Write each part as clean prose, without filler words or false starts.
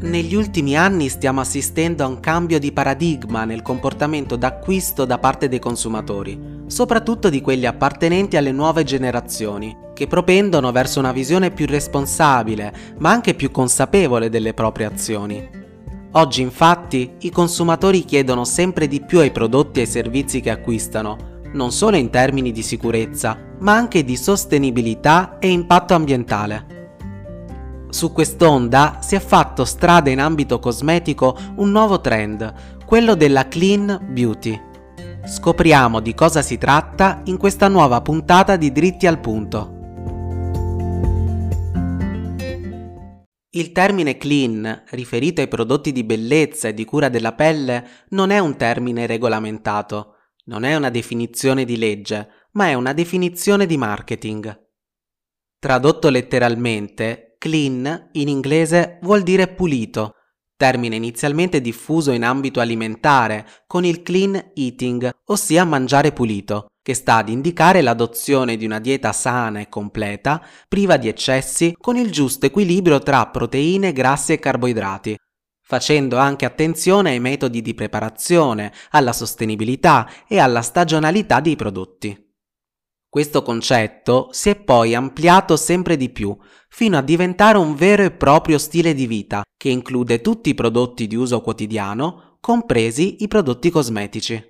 Negli ultimi anni stiamo assistendo a un cambio di paradigma nel comportamento d'acquisto da parte dei consumatori, soprattutto di quelli appartenenti alle nuove generazioni, che propendono verso una visione più responsabile, ma anche più consapevole delle proprie azioni. Oggi, infatti, i consumatori chiedono sempre di più ai prodotti e ai servizi che acquistano, non solo in termini di sicurezza, ma anche di sostenibilità e impatto ambientale. Su quest'onda si è fatto strada in ambito cosmetico un nuovo trend, quello della clean beauty. Scopriamo di cosa si tratta in questa nuova puntata di Dritti al Punto. Il termine clean, riferito ai prodotti di bellezza e di cura della pelle, non è un termine regolamentato, non è una definizione di legge, ma è una definizione di marketing. Tradotto letteralmente, clean in inglese vuol dire pulito, termine inizialmente diffuso in ambito alimentare con il clean eating, ossia mangiare pulito, che sta ad indicare l'adozione di una dieta sana e completa, priva di eccessi, con il giusto equilibrio tra proteine, grassi e carboidrati, facendo anche attenzione ai metodi di preparazione, alla sostenibilità e alla stagionalità dei prodotti. Questo concetto si è poi ampliato sempre di più, fino a diventare un vero e proprio stile di vita che include tutti i prodotti di uso quotidiano, compresi i prodotti cosmetici.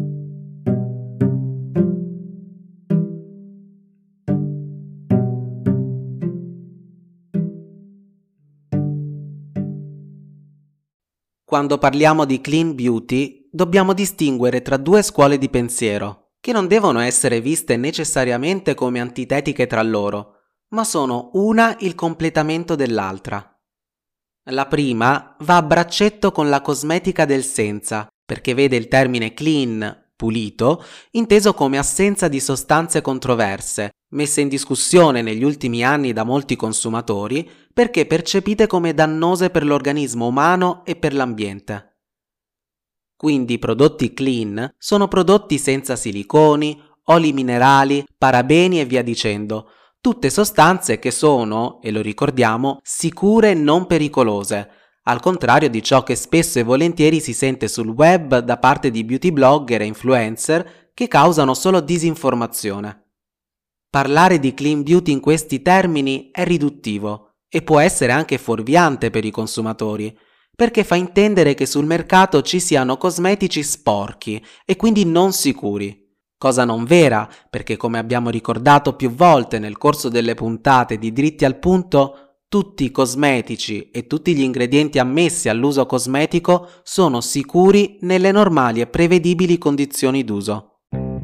Quando parliamo di clean beauty, dobbiamo distinguere tra due scuole di pensiero, che non devono essere viste necessariamente come antitetiche tra loro, ma sono una il completamento dell'altra. La prima va a braccetto con la cosmetica del senza, perché vede il termine clean, pulito, inteso come assenza di sostanze controverse, messe in discussione negli ultimi anni da molti consumatori perché percepite come dannose per l'organismo umano e per l'ambiente. Quindi i prodotti clean sono prodotti senza siliconi, oli minerali, parabeni e via dicendo, tutte sostanze che sono, e lo ricordiamo, sicure e non pericolose, al contrario di ciò che spesso e volentieri si sente sul web da parte di beauty blogger e influencer che causano solo disinformazione. Parlare di clean beauty in questi termini è riduttivo e può essere anche fuorviante per i consumatori, perché fa intendere che sul mercato ci siano cosmetici sporchi e quindi non sicuri, cosa non vera perché, come abbiamo ricordato più volte nel corso delle puntate di Dritti al Punto, tutti i cosmetici e tutti gli ingredienti ammessi all'uso cosmetico sono sicuri nelle normali e prevedibili condizioni d'uso.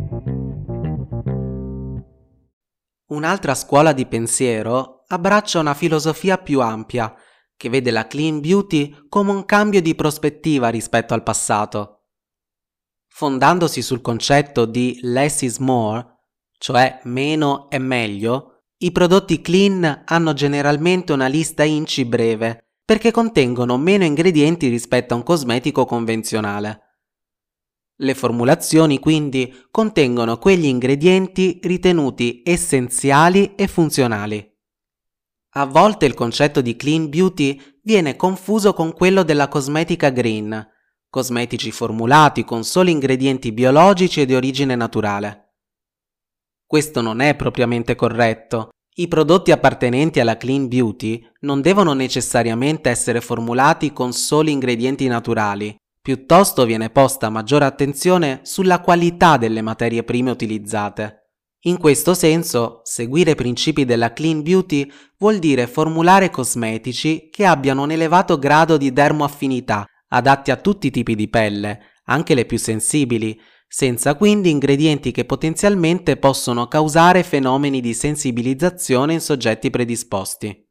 Un'altra scuola di pensiero abbraccia una filosofia più ampia, che vede la clean beauty come un cambio di prospettiva rispetto al passato. Fondandosi sul concetto di less is more, cioè meno è meglio, i prodotti clean hanno generalmente una lista INCI breve, perché contengono meno ingredienti rispetto a un cosmetico convenzionale. Le formulazioni quindi contengono quegli ingredienti ritenuti essenziali e funzionali. A volte il concetto di clean beauty viene confuso con quello della cosmetica green, cosmetici formulati con soli ingredienti biologici e di origine naturale. Questo non è propriamente corretto. I prodotti appartenenti alla clean beauty non devono necessariamente essere formulati con soli ingredienti naturali, piuttosto viene posta maggiore attenzione sulla qualità delle materie prime utilizzate. In questo senso, seguire i principi della clean beauty vuol dire formulare cosmetici che abbiano un elevato grado di dermoaffinità, adatti a tutti i tipi di pelle, anche le più sensibili, senza quindi ingredienti che potenzialmente possono causare fenomeni di sensibilizzazione in soggetti predisposti.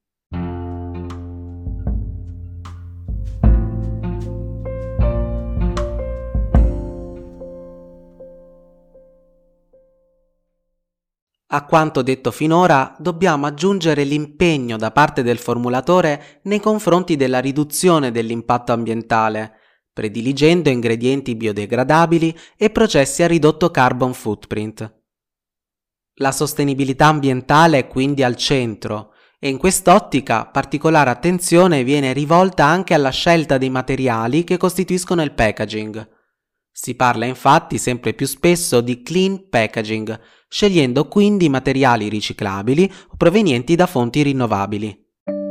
A quanto detto finora, dobbiamo aggiungere l'impegno da parte del formulatore nei confronti della riduzione dell'impatto ambientale, prediligendo ingredienti biodegradabili e processi a ridotto carbon footprint. La sostenibilità ambientale è quindi al centro E in quest'ottica particolare attenzione viene rivolta anche alla scelta dei materiali che costituiscono il packaging. Si parla infatti sempre più spesso di clean packaging, scegliendo quindi materiali riciclabili o provenienti da fonti rinnovabili.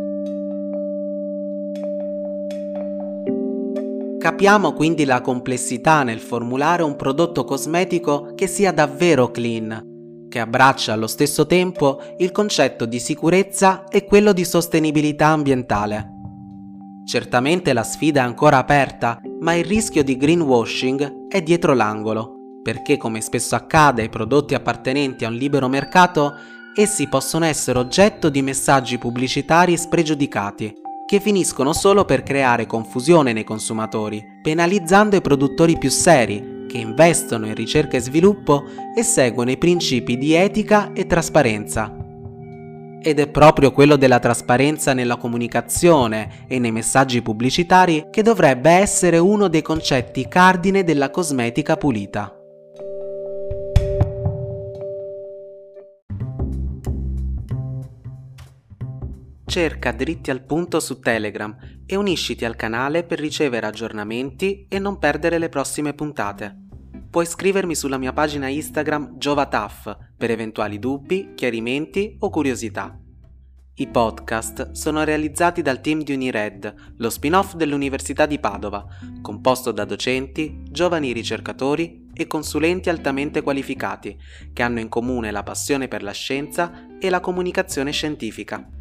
Capiamo quindi la complessità nel formulare un prodotto cosmetico che sia davvero clean, che abbraccia allo stesso tempo il concetto di sicurezza e quello di sostenibilità ambientale. Certamente la sfida è ancora aperta, ma il rischio di greenwashing è dietro l'angolo, perché come spesso accade ai prodotti appartenenti a un libero mercato, essi possono essere oggetto di messaggi pubblicitari spregiudicati, che finiscono solo per creare confusione nei consumatori, penalizzando i produttori più seri, che investono in ricerca e sviluppo e seguono i principi di etica e trasparenza. Ed è proprio quello della trasparenza nella comunicazione e nei messaggi pubblicitari che dovrebbe essere uno dei concetti cardine della cosmetica pulita. Cerca Dritti al Punto su Telegram e unisciti al canale per ricevere aggiornamenti e non perdere le prossime puntate. Puoi scrivermi sulla mia pagina Instagram GiovaTaf per eventuali dubbi, chiarimenti o curiosità. I podcast sono realizzati dal team di Unired, lo spin-off dell'Università di Padova, composto da docenti, giovani ricercatori e consulenti altamente qualificati, che hanno in comune la passione per la scienza e la comunicazione scientifica.